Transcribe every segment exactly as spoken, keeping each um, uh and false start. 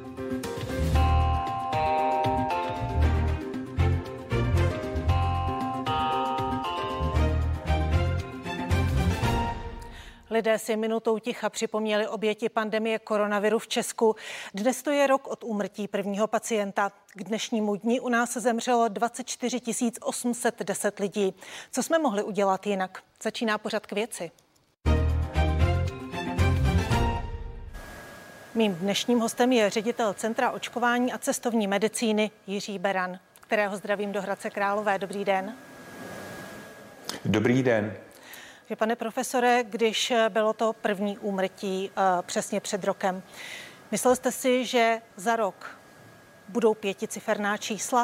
Lidé si minutou ticha připomněli oběti pandemie koronaviru v Česku. Dnes to je rok od úmrtí prvního pacienta. K dnešnímu dni u nás zemřelo dvacet čtyři tisíc osm set deset lidí. Co jsme mohli udělat jinak? Začíná pořad K věci. Mým dnešním hostem je ředitel Centra očkování a cestovní medicíny Jiří Beran, kterého zdravím do Hradce Králové. Dobrý den. Dobrý den. Pane profesore, když bylo to první úmrtí uh, přesně před rokem, myslel jste si, že za rok budou pěticiferná čísla?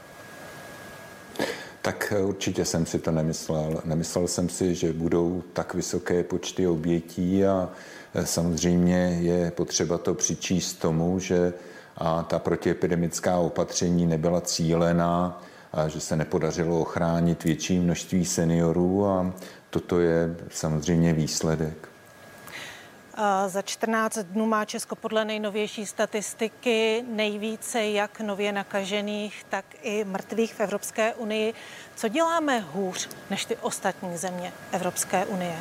Tak určitě jsem si to nemyslel. Nemyslel jsem si, že budou tak vysoké počty obětí a samozřejmě je potřeba to přičíst tomu, že a ta protiepidemická opatření nebyla cílená, a že se nepodařilo ochránit větší množství seniorů a toto je samozřejmě výsledek. Za čtrnáct dnů má Česko podle nejnovější statistiky nejvíce jak nově nakažených, tak i mrtvých v Evropské unii. Co děláme hůř než ty ostatní země Evropské unie?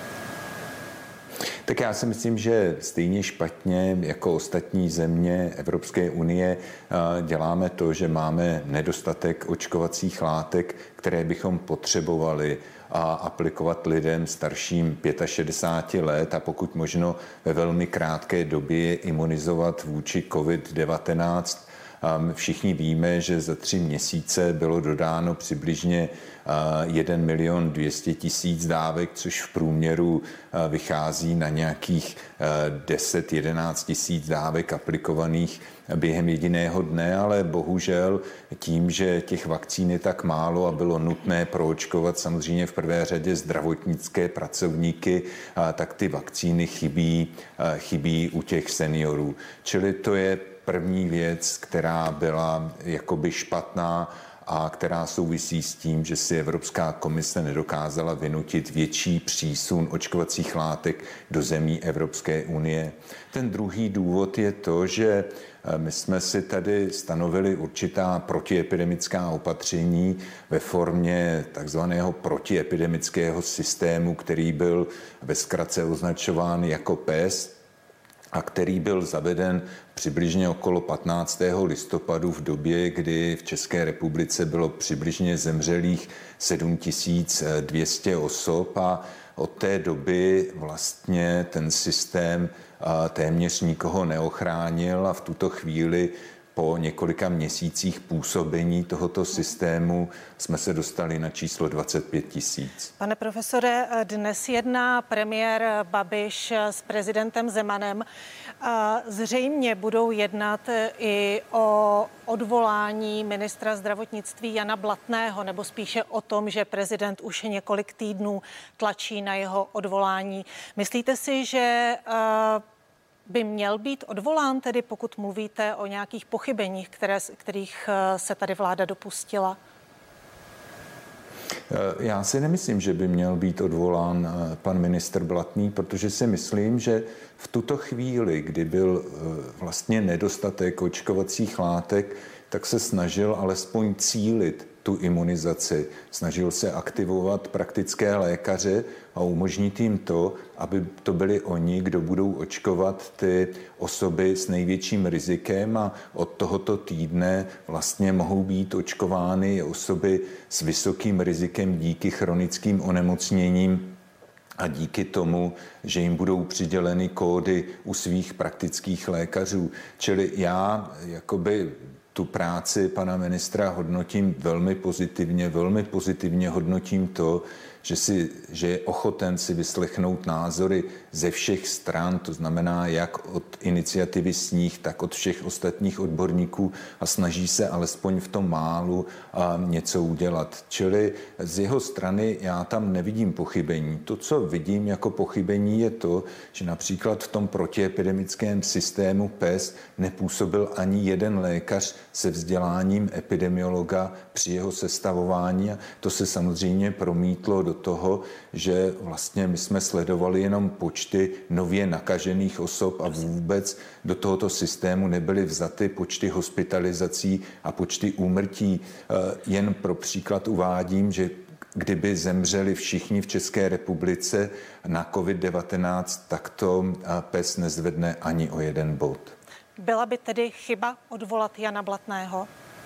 Tak já si myslím, že stejně špatně jako ostatní země Evropské unie děláme to, že máme nedostatek očkovacích látek, které bychom potřebovali a aplikovat lidem starším šedesáti pěti let a pokud možno ve velmi krátké době imunizovat vůči covid devatenáct. Všichni víme, že za tři měsíce bylo dodáno přibližně jeden milion dvě stě tisíc dávek, což v průměru vychází na nějakých deset jedenáct tisíc dávek aplikovaných během jediného dne, ale bohužel tím, že těch vakcín je tak málo a bylo nutné proočkovat samozřejmě v prvé řadě zdravotnické pracovníky, tak ty vakcíny chybí, chybí u těch seniorů. Čili to je první věc, která byla jakoby špatná a která souvisí s tím, že si Evropská komise nedokázala vynutit větší přísun očkovacích látek do zemí Evropské unie. Ten druhý důvod je to, že my jsme si tady stanovili určitá protiepidemická opatření ve formě takzvaného protiepidemického systému, který byl ve zkratce označován jako P E S, a který byl zaveden přibližně okolo patnáctého listopadu v době, kdy v České republice bylo přibližně zemřelých sedm tisíc dvě stě osob a od té doby vlastně ten systém téměř nikoho neochránil a v tuto chvíli po několika měsících působení tohoto systému jsme se dostali na číslo dvacet pět tisíc. Pane profesore, dnes jedná premiér Babiš s prezidentem Zemanem. Zřejmě budou jednat i o odvolání ministra zdravotnictví Jana Blatného, nebo spíše o tom, že prezident už několik týdnů tlačí na jeho odvolání. Myslíte si, že by měl být odvolán, tedy pokud mluvíte o nějakých pochybeních, které, kterých se tady vláda dopustila? Já si nemyslím, že by měl být odvolán pan ministr Blatný, protože si myslím, že v tuto chvíli, kdy byl vlastně nedostatek očkovacích látek, tak se snažil alespoň cílit tu imunizaci. Snažil se aktivovat praktické lékaře a umožnit jim to, aby to byli oni, kdo budou očkovat ty osoby s největším rizikem a od tohoto týdne vlastně mohou být očkovány osoby s vysokým rizikem díky chronickým onemocněním a díky tomu, že jim budou přiděleny kódy u svých praktických lékařů. Čili já jakoby tu práci pana ministra hodnotím velmi pozitivně, velmi pozitivně hodnotím to, že, si, že je ochoten si vyslechnout názory ze všech stran, to znamená jak od iniciativy s nich, tak od všech ostatních odborníků a snaží se alespoň v tom málu a, něco udělat. Čili z jeho strany já tam nevidím pochybení. To, co vidím jako pochybení, je to, že například v tom protiepidemickém systému P E S nepůsobil ani jeden lékař se vzděláním epidemiologa při jeho sestavování a to se samozřejmě promítlo do toho, že vlastně my jsme sledovali jenom počty nově nakažených osob a vůbec do tohoto systému nebyly vzaty počty hospitalizací a počty úmrtí. Jen pro příklad uvádím, že kdyby zemřeli všichni v České republice na covid devatenáct, tak to PES nezvedne ani o jeden bod. Byla by tedy chyba odvolat Jana Blatného?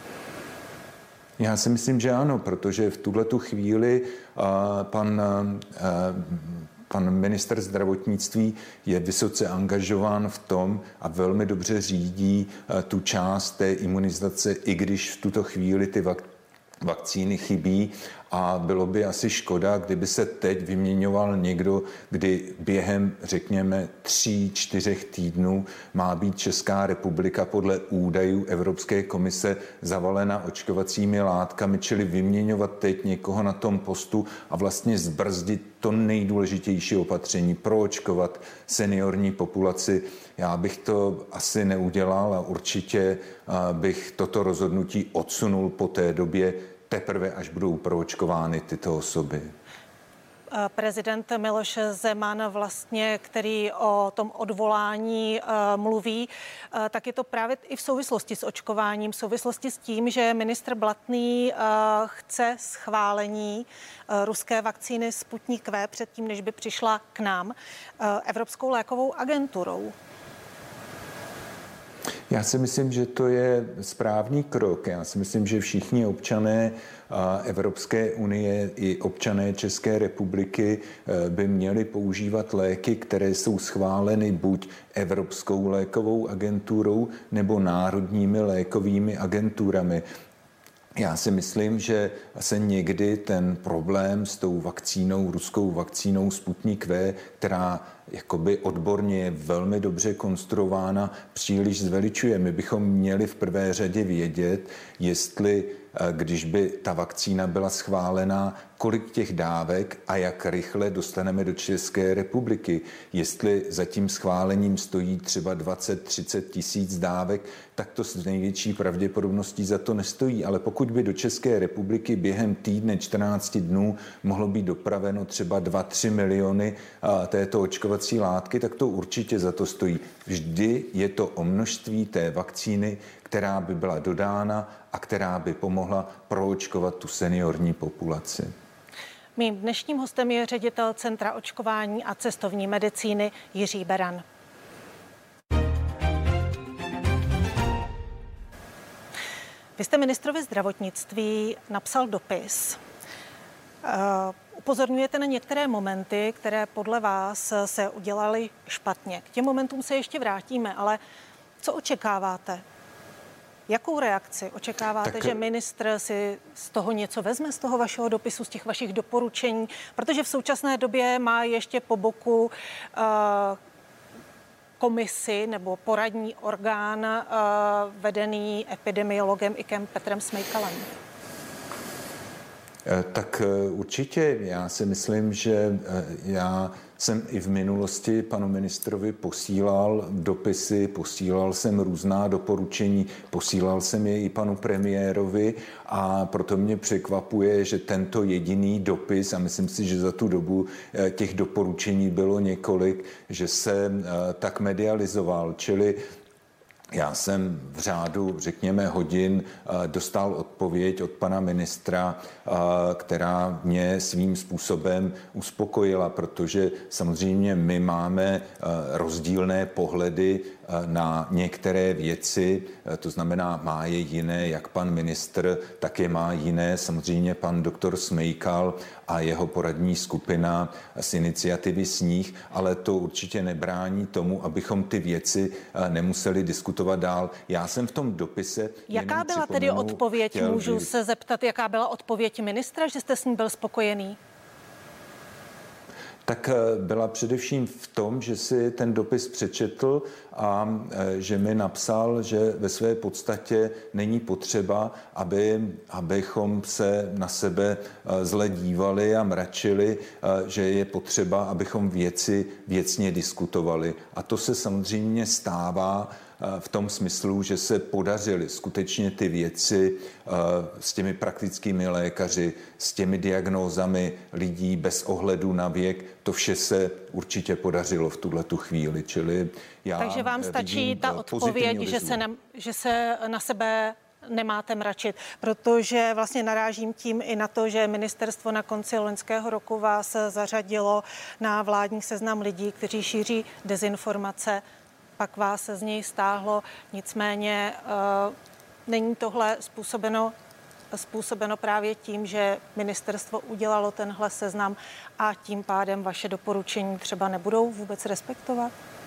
Já si myslím, že ano, protože v tuhletu chvíli uh, pan, uh, pan ministr zdravotnictví je vysoce angažován v tom a velmi dobře řídí uh, tu část té imunizace, i když v tuto chvíli ty vak- vakcíny chybí. A bylo by asi škoda, kdyby se teď vyměňoval někdo, kdy během, řekněme, tří, čtyřech týdnů má být Česká republika podle údajů Evropské komise zavalena očkovacími látkami, čili vyměňovat teď někoho na tom postu a vlastně zbrzdit to nejdůležitější opatření, proočkovat seniorní populaci. Já bych to asi neudělal a určitě bych toto rozhodnutí odsunul po té době, teprve až budou proočkovány tyto osoby. Prezident Miloš Zeman vlastně, který o tom odvolání uh, mluví, uh, tak je to právě i v souvislosti s očkováním, v souvislosti s tím, že ministr Blatný uh, chce schválení uh, ruské vakcíny Sputnik V předtím, než by přišla k nám uh, Evropskou lékovou agenturou. Já si myslím, že to je správný krok. Já si myslím, že všichni občané Evropské unie i občané České republiky by měli používat léky, které jsou schváleny buď Evropskou lékovou agenturou nebo národními lékovými agenturami. Já si myslím, že se někdy ten problém s tou vakcínou, ruskou vakcínou Sputnik V, která jakoby odborně je velmi dobře konstruována, příliš zveličuje. My bychom měli v prvé řadě vědět, jestli, když by ta vakcína byla schválená, kolik těch dávek a jak rychle dostaneme do České republiky. Jestli za tím schválením stojí třeba dvacet třicet tisíc dávek, tak to s největší pravděpodobností za to nestojí. Ale pokud by do České republiky během týdne čtrnáct dnů mohlo být dopraveno třeba dva tři miliony této očkovací látky, tak to určitě za to stojí. Vždy je to o množství té vakcíny, která by byla dodána a která by pomohla proočkovat tu seniorní populaci. Mým dnešním hostem je ředitel Centra očkování a cestovní medicíny Jiří Beran. Vy jste ministrovi zdravotnictví napsal dopis. Uh, upozorňujete na některé momenty, které podle vás se udělaly špatně. K těm momentům se ještě vrátíme, ale co očekáváte? Jakou reakci očekáváte, tak, že ministr si z toho něco vezme, z toho vašeho dopisu, z těch vašich doporučení? Protože v současné době má ještě po boku uh, komisi nebo poradní orgán uh, vedený epidemiologem Ikem Petrem Smejkalem. Tak určitě. Já si myslím, že já jsem i v minulosti panu ministrovi posílal dopisy, posílal jsem různá doporučení, posílal jsem je i panu premiérovi a proto mě překvapuje, že tento jediný dopis, a myslím si, že za tu dobu těch doporučení bylo několik, že se tak medializoval, čili já jsem v řádu, řekněme, hodin dostal odpověď od pana ministra, která mě svým způsobem uspokojila, protože samozřejmě my máme rozdílné pohledy na některé věci, to znamená, má je jiné, jak pan ministr, tak je má jiné samozřejmě pan doktor Smejkal a jeho poradní skupina z iniciativy Sníh, ale to určitě nebrání tomu, abychom ty věci nemuseli diskutovat dál. Já jsem v tom dopise... Jaká byla tedy odpověď? Můžu být... se zeptat, jaká byla odpověď ministra, že jste s ním byl spokojený? Tak byla především v tom, že si ten dopis přečetl a že mi napsal, že ve své podstatě není potřeba, aby, abychom se na sebe zle dívali a mračili, že je potřeba, abychom věci věcně diskutovali. A to se samozřejmě stává v tom smyslu, že se podařily skutečně ty věci s těmi praktickými lékaři, s těmi diagnózami lidí bez ohledu na věk. To vše se určitě podařilo v tuhletu chvíli. Čili já Takže vám stačí ta odpověď, že se, na, že se na sebe nemáte mračit, protože vlastně narážím tím i na to, že ministerstvo na konci loňského roku vás zařadilo na vládní seznam lidí, kteří šíří dezinformace, pak vás z něj stáhlo, nicméně uh, není tohle způsobeno, způsobeno právě tím, že ministerstvo udělalo tenhle seznam a tím pádem vaše doporučení třeba nebudou vůbec respektovat?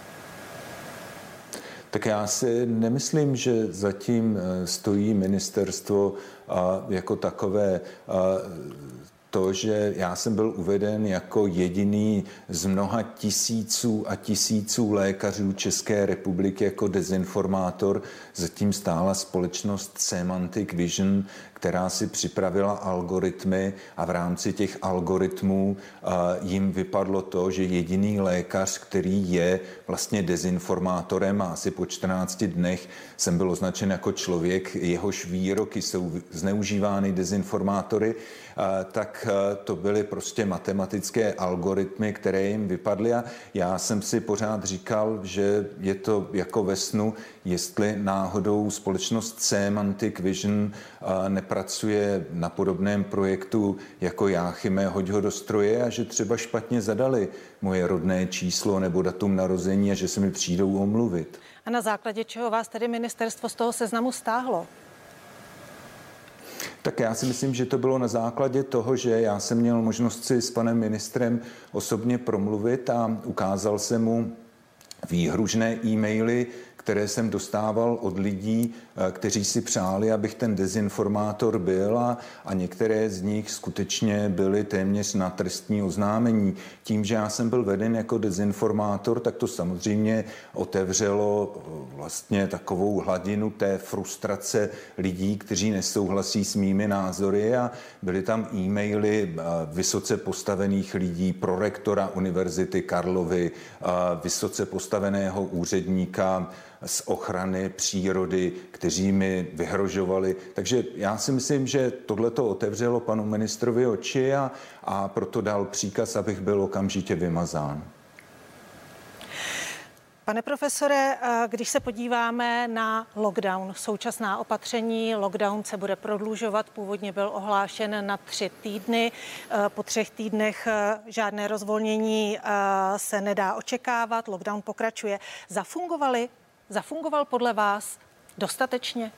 Tak já si nemyslím, že zatím stojí ministerstvo jako takové. To, že já jsem byl uveden jako jediný z mnoha tisíců a tisíců lékařů České republiky jako dezinformátor, zatím stála společnost Semantic Vision, která si připravila algoritmy a v rámci těch algoritmů jim vypadlo to, že jediný lékař, který je vlastně dezinformátorem, a asi po čtrnácti dnech jsem byl označen jako člověk, jehož výroky jsou zneužívány dezinformátory, tak to byly prostě matematické algoritmy, které jim vypadly a já jsem si pořád říkal, že je to jako ve snu, jestli náhodou společnost Semantic Vision nepracuje na podobném projektu jako Jáchyme, hoď ho do stroje a že třeba špatně zadali moje rodné číslo nebo datum narození a že se mi přijdou omluvit. A na základě čeho vás tedy ministerstvo z toho seznamu stáhlo? Tak já si myslím, že to bylo na základě toho, že já jsem měl možnost si s panem ministrem osobně promluvit a ukázal jsem mu výhružné e-maily, které jsem dostával od lidí, kteří si přáli, abych ten dezinformátor byl a, a některé z nich skutečně byly téměř na trestní oznámení. Tím, že já jsem byl veden jako dezinformátor, tak to samozřejmě otevřelo vlastně takovou hladinu té frustrace lidí, kteří nesouhlasí s mými názory a byly tam e-maily vysoce postavených lidí, prorektora Univerzity Karlovy, vysoce postaveného úředníka z ochrany přírody, kteří mi vyhrožovali. Takže já si myslím, že tohleto otevřelo panu ministrovi oči a, a proto dal příkaz, abych byl okamžitě vymazán. Pane profesore, když se podíváme na lockdown, současná opatření, lockdown se bude prodlužovat, původně byl ohlášen na tři týdny, po třech týdnech žádné rozvolnění se nedá očekávat, lockdown pokračuje. Zafungovaly Zafungoval podle vás dostatečně?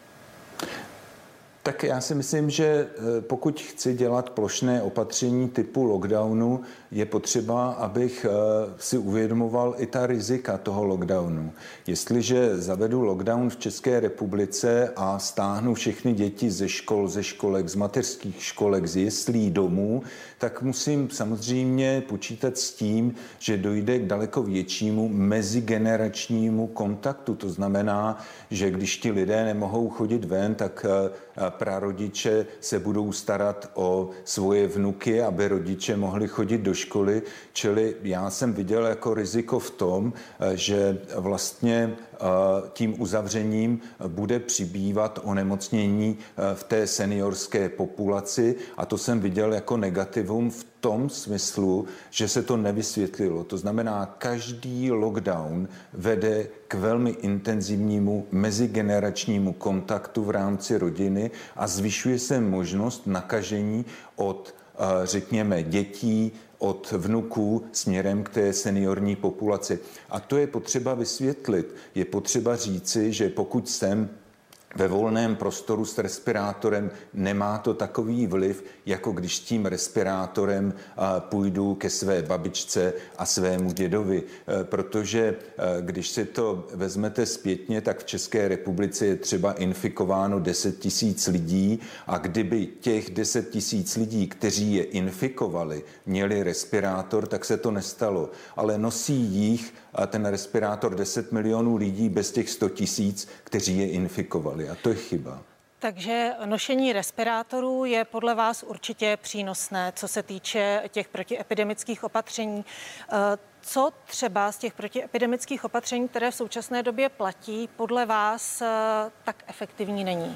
Tak já si myslím, že pokud chci dělat plošné opatření typu lockdownu, je potřeba, abych si uvědomoval i ta rizika toho lockdownu. Jestliže zavedu lockdown v České republice a stáhnu všechny děti ze škol, ze školek, z mateřských školek, z jeslí domů, tak musím samozřejmě počítat s tím, že dojde k daleko většímu mezigeneračnímu kontaktu. To znamená, že když ti lidé nemohou chodit ven, tak prarodiče se budou starat o svoje vnuky, aby rodiče mohli chodit do školy. Čili já jsem viděl jako riziko v tom, že vlastně tím uzavřením bude přibývat onemocnění v té seniorské populaci a to jsem viděl jako negativum v tom smyslu, že se to nevysvětlilo. To znamená, každý lockdown vede k velmi intenzivnímu mezigeneračnímu kontaktu v rámci rodiny a zvyšuje se možnost nakažení od, řekněme, dětí, od vnuků směrem k té seniorní populaci. A to je potřeba vysvětlit. Je potřeba říci, že pokud jsem ve volném prostoru s respirátorem, nemá to takový vliv, jako když s tím respirátorem půjdu ke své babičce a svému dědovi. Protože když si to vezmete zpětně, tak v České republice je třeba infikováno deset tisíc lidí a kdyby těch deset tisíc lidí, kteří je infikovali, měli respirátor, tak se to nestalo. Ale nosí jich ten respirátor deset milionů lidí bez těch sto tisíc, kteří je infikovali. A to je chyba. Takže nošení respirátorů je podle vás určitě přínosné, co se týče těch protiepidemických opatření. Co třeba z těch protiepidemických opatření, které v současné době platí, podle vás tak efektivní není?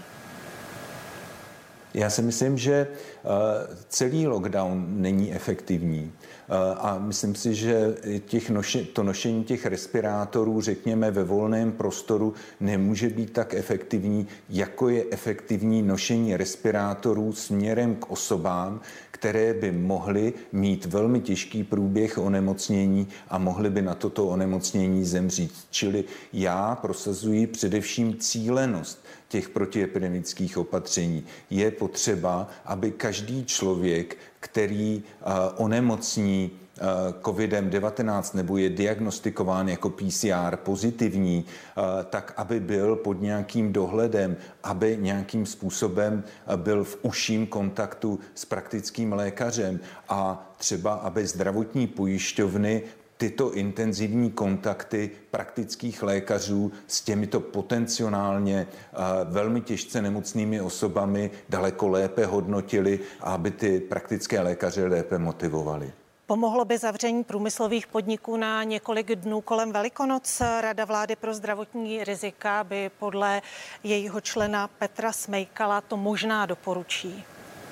Já si myslím, že celý lockdown není efektivní. A myslím si, že těch noši, to nošení těch respirátorů, řekněme, ve volném prostoru nemůže být tak efektivní, jako je efektivní nošení respirátorů směrem k osobám, které by mohly mít velmi těžký průběh onemocnění a mohly by na toto onemocnění zemřít. Čili já prosazuji především cílenost těch protiepidemických opatření. Je potřeba, aby každý člověk, který uh, onemocní covidem devatenáct nebo je diagnostikován jako P C R pozitivní, tak aby byl pod nějakým dohledem, aby nějakým způsobem byl v užším kontaktu s praktickým lékařem a třeba aby zdravotní pojišťovny tyto intenzivní kontakty praktických lékařů s těmito potenciálně velmi těžce nemocnými osobami daleko lépe hodnotili a aby ty praktické lékaře lépe motivovali. Pomohlo by zavření průmyslových podniků na několik dnů kolem Velikonoc? Rada vlády pro zdravotní rizika by podle jejího člena Petra Smejkala to možná doporučí.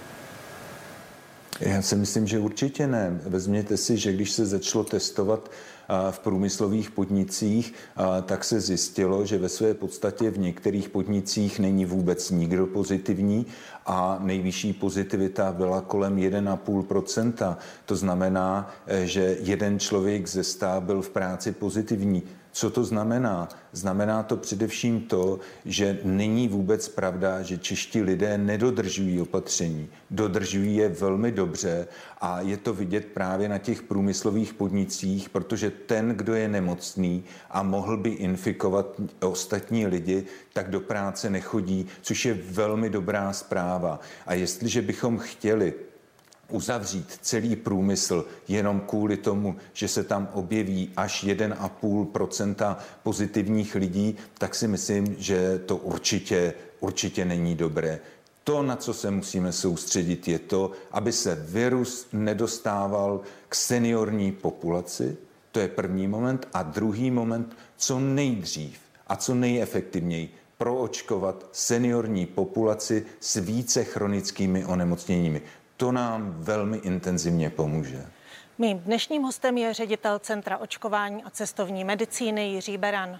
Já si myslím, že určitě ne. Vezměte si, že když se začalo testovat v průmyslových podnicích, tak se zjistilo, že ve své podstatě v některých podnicích není vůbec nikdo pozitivní a nejvyšší pozitivita byla kolem jedna celá pět procenta. To znamená, že jeden člověk ze sta byl v práci pozitivní. Co to znamená? Znamená to především to, že není vůbec pravda, že čeští lidé nedodržují opatření. Dodržují je velmi dobře a je to vidět právě na těch průmyslových podnicích, protože ten, kdo je nemocný a mohl by infikovat ostatní lidi, tak do práce nechodí, což je velmi dobrá zpráva. A jestliže bychom chtěli uzavřít celý průmysl jenom kvůli tomu, že se tam objeví až jedna celá pět procenta pozitivních lidí, tak si myslím, že to určitě, určitě není dobré. To, na co se musíme soustředit, je to, aby se virus nedostával k seniorní populaci. To je první moment. A druhý moment, co nejdřív a co nejefektivněji proočkovat seniorní populaci s více chronickými onemocněními. To nám velmi intenzivně pomůže. Mým dnešním hostem je ředitel Centra očkování a cestovní medicíny Jiří Beran.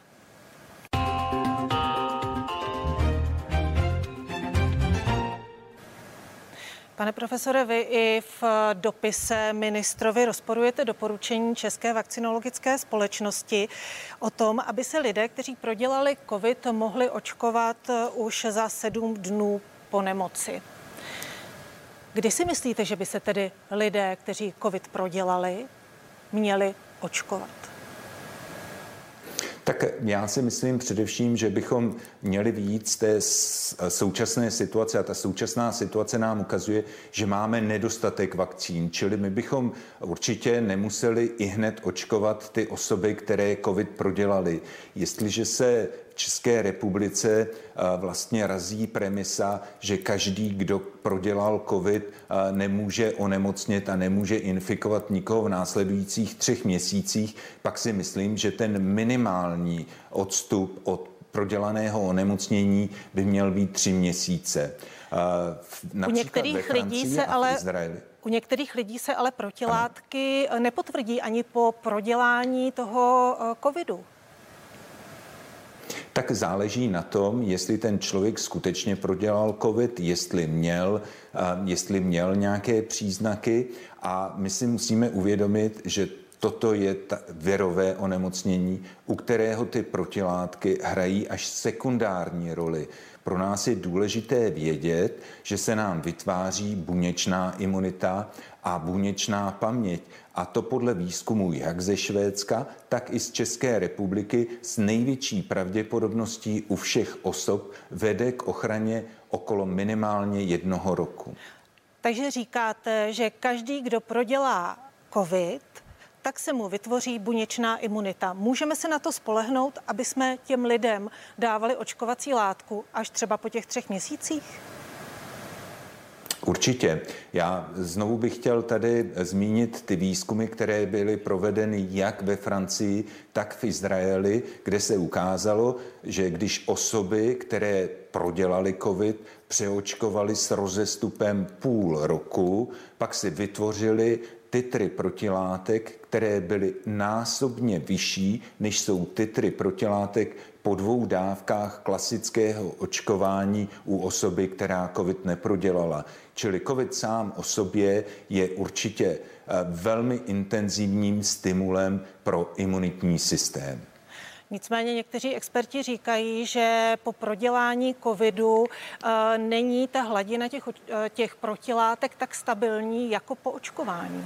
Pane profesore, vy i v dopise ministrovi rozporujete doporučení České vakcinologické společnosti o tom, aby se lidé, kteří prodělali covid, mohli očkovat už za sedm dnů po nemoci. Kdy si myslíte, že by se tedy lidé, kteří covid prodělali, měli očkovat? Tak já si myslím především, že bychom měli vyjít z té současné situace a ta současná situace nám ukazuje, že máme nedostatek vakcín, čili my bychom určitě nemuseli ihned očkovat ty osoby, které covid prodělali. Jestliže se v České republice vlastně razí premisa, že každý, kdo prodělal covid, nemůže onemocnit a nemůže infikovat nikoho v následujících třech měsících, pak si myslím, že ten minimální odstup od prodělaného onemocnění by měl být tři měsíce. U některých lidí se ale U některých lidí se ale protilátky ano. nepotvrdí ani po prodělání toho covidu. Tak záleží na tom, jestli ten člověk skutečně prodělal covid, jestli měl, jestli měl nějaké příznaky a my si musíme uvědomit, že toto je ta virové onemocnění, u kterého ty protilátky hrají až sekundární roli. Pro nás je důležité vědět, že se nám vytváří buněčná imunita a buněčná paměť. A to podle výzkumu jak ze Švédska, tak i z České republiky s největší pravděpodobností u všech osob vede k ochraně okolo minimálně jednoho roku. Takže říkáte, že každý, kdo prodělá covid, tak se mu vytvoří buněčná imunita. Můžeme se na to spolehnout, aby jsme těm lidem dávali očkovací látku až třeba po těch třech měsících? Určitě. Já znovu bych chtěl tady zmínit ty výzkumy, které byly provedeny jak ve Francii, tak v Izraeli, kde se ukázalo, že když osoby, které prodělali covid, přeočkovali s rozestupem půl roku, pak si vytvořili titry protilátek, které byly násobně vyšší, než jsou titry protilátek po dvou dávkách klasického očkování u osoby, která covid neprodělala. Čili covid sám o sobě je určitě velmi intenzivním stimulem pro imunitní systém. Nicméně někteří experti říkají, že po prodělání covidu e, není ta hladina těch, těch protilátek tak stabilní jako po očkování.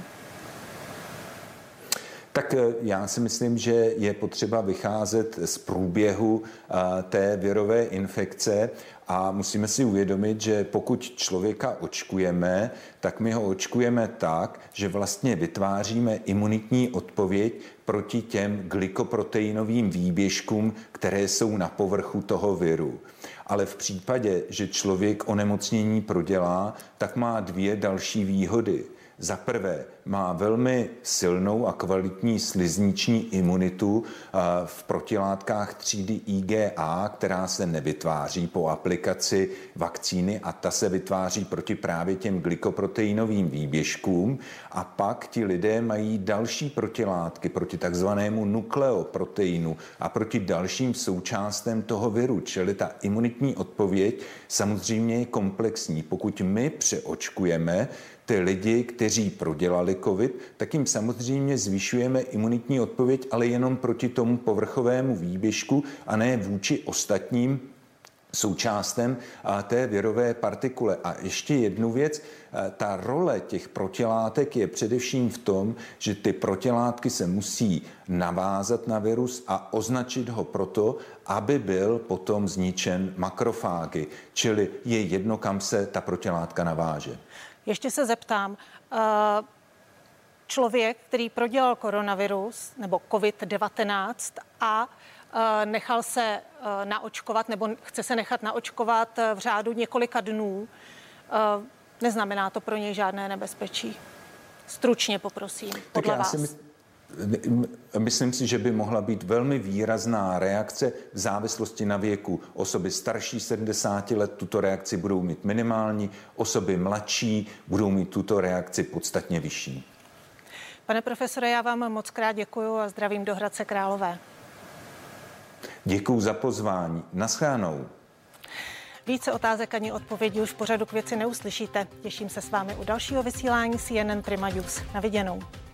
Tak já si myslím, že je potřeba vycházet z průběhu té virové infekce a musíme si uvědomit, že pokud člověka očkujeme, tak my ho očkujeme tak, že vlastně vytváříme imunitní odpověď proti těm glykoproteinovým výběžkům, které jsou na povrchu toho viru. Ale v případě, že člověk onemocnění prodělá, tak má dvě další výhody. Za prvé má velmi silnou a kvalitní slizniční imunitu v protilátkách třídy I G A, která se nevytváří po aplikaci vakcíny a ta se vytváří proti právě těm glykoproteinovým výběžkům. A pak ti lidé mají další protilátky proti takzvanému nukleoproteinu a proti dalším součástem toho viru. Čili ta imunitní odpověď samozřejmě je komplexní. Pokud my přeočkujeme ty lidi, kteří prodělali covid, tak jim samozřejmě zvyšujeme imunitní odpověď, ale jenom proti tomu povrchovému výběžku a ne vůči ostatním součástem té virové partikule. A ještě jednu věc, ta role těch protilátek je především v tom, že ty protilátky se musí navázat na virus a označit ho proto, aby byl potom zničen makrofágy, čili je jedno, kam se ta protilátka naváže. Ještě se zeptám, člověk, který prodělal koronavirus nebo covid devatenáct a nechal se naočkovat nebo chce se nechat naočkovat v řádu několika dnů, neznamená to pro něj žádné nebezpečí? Stručně poprosím, podle tak vás. Si mysl... Myslím si, že by mohla být velmi výrazná reakce v závislosti na věku. Osoby starší sedmdesáti let tuto reakci budou mít minimální, osoby mladší budou mít tuto reakci podstatně vyšší. Pane profesore, já vám moc krát děkuju a zdravím do Hradce Králové. Děkuju za pozvání. Naschledanou. Více otázek ani odpovědí už v pořadu K věci neuslyšíte. Těším se s vámi u dalšího vysílání C N N Prima News. Na viděnou.